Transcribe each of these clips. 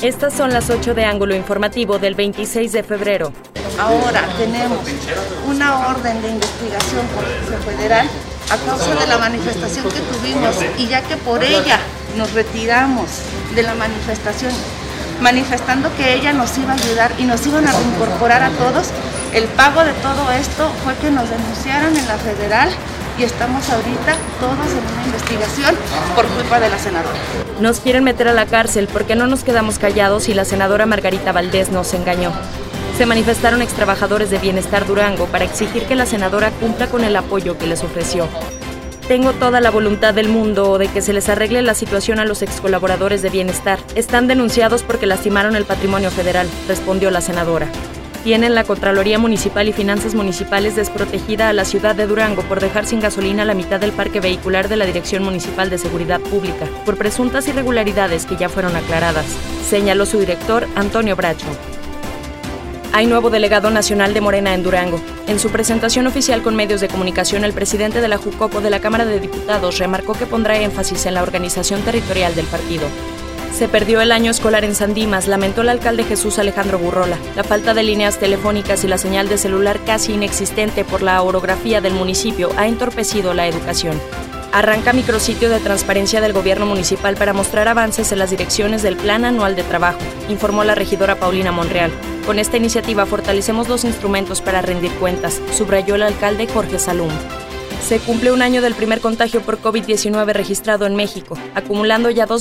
Estas son las 8 de Ángulo Informativo del 26 de febrero. Ahora tenemos una orden de investigación por el juicio federal a causa de la manifestación que tuvimos, y ya que por ella nos retiramos de la manifestación, manifestando que ella nos iba a ayudar y nos iban a reincorporar a todos, el pago de todo esto fue que nos denunciaron en la federal y estamos ahorita todos en una investigación por culpa de la senadora. Nos quieren meter a la cárcel porque no nos quedamos callados y la senadora Margarita Valdés nos engañó. Se manifestaron extrabajadores de Bienestar Durango para exigir que la senadora cumpla con el apoyo que les ofreció. Tengo toda la voluntad del mundo de que se les arregle la situación a los excolaboradores de Bienestar. Están denunciados porque lastimaron el patrimonio federal, respondió la senadora. Tienen la Contraloría Municipal y Finanzas Municipales desprotegida a la ciudad de Durango por dejar sin gasolina la mitad del parque vehicular de la Dirección Municipal de Seguridad Pública, por presuntas irregularidades que ya fueron aclaradas, señaló su director, Antonio Bracho. Hay nuevo delegado nacional de Morena en Durango. En su presentación oficial con medios de comunicación, el presidente de la Jucopo de la Cámara de Diputados remarcó que pondrá énfasis en la organización territorial del partido. Se perdió el año escolar en San Dimas, lamentó el alcalde Jesús Alejandro Burrola. La falta de líneas telefónicas y la señal de celular casi inexistente por la orografía del municipio ha entorpecido la educación. Arranca micrositio de transparencia del gobierno municipal para mostrar avances en las direcciones del Plan Anual de Trabajo, informó la regidora Paulina Monreal. Con esta iniciativa fortalecemos los instrumentos para rendir cuentas, subrayó el alcalde Jorge Salum. Se cumple un año del primer contagio por COVID-19 registrado en México, acumulando ya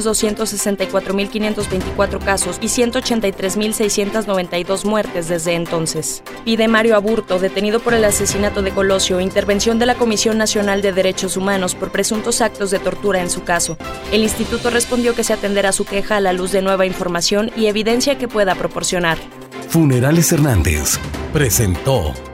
2.264.524 casos y 183.692 muertes desde entonces. Pide Mario Aburto, detenido por el asesinato de Colosio, intervención de la Comisión Nacional de Derechos Humanos por presuntos actos de tortura en su caso. El instituto respondió que se atenderá su queja a la luz de nueva información y evidencia que pueda proporcionar. Funerales Hernández presentó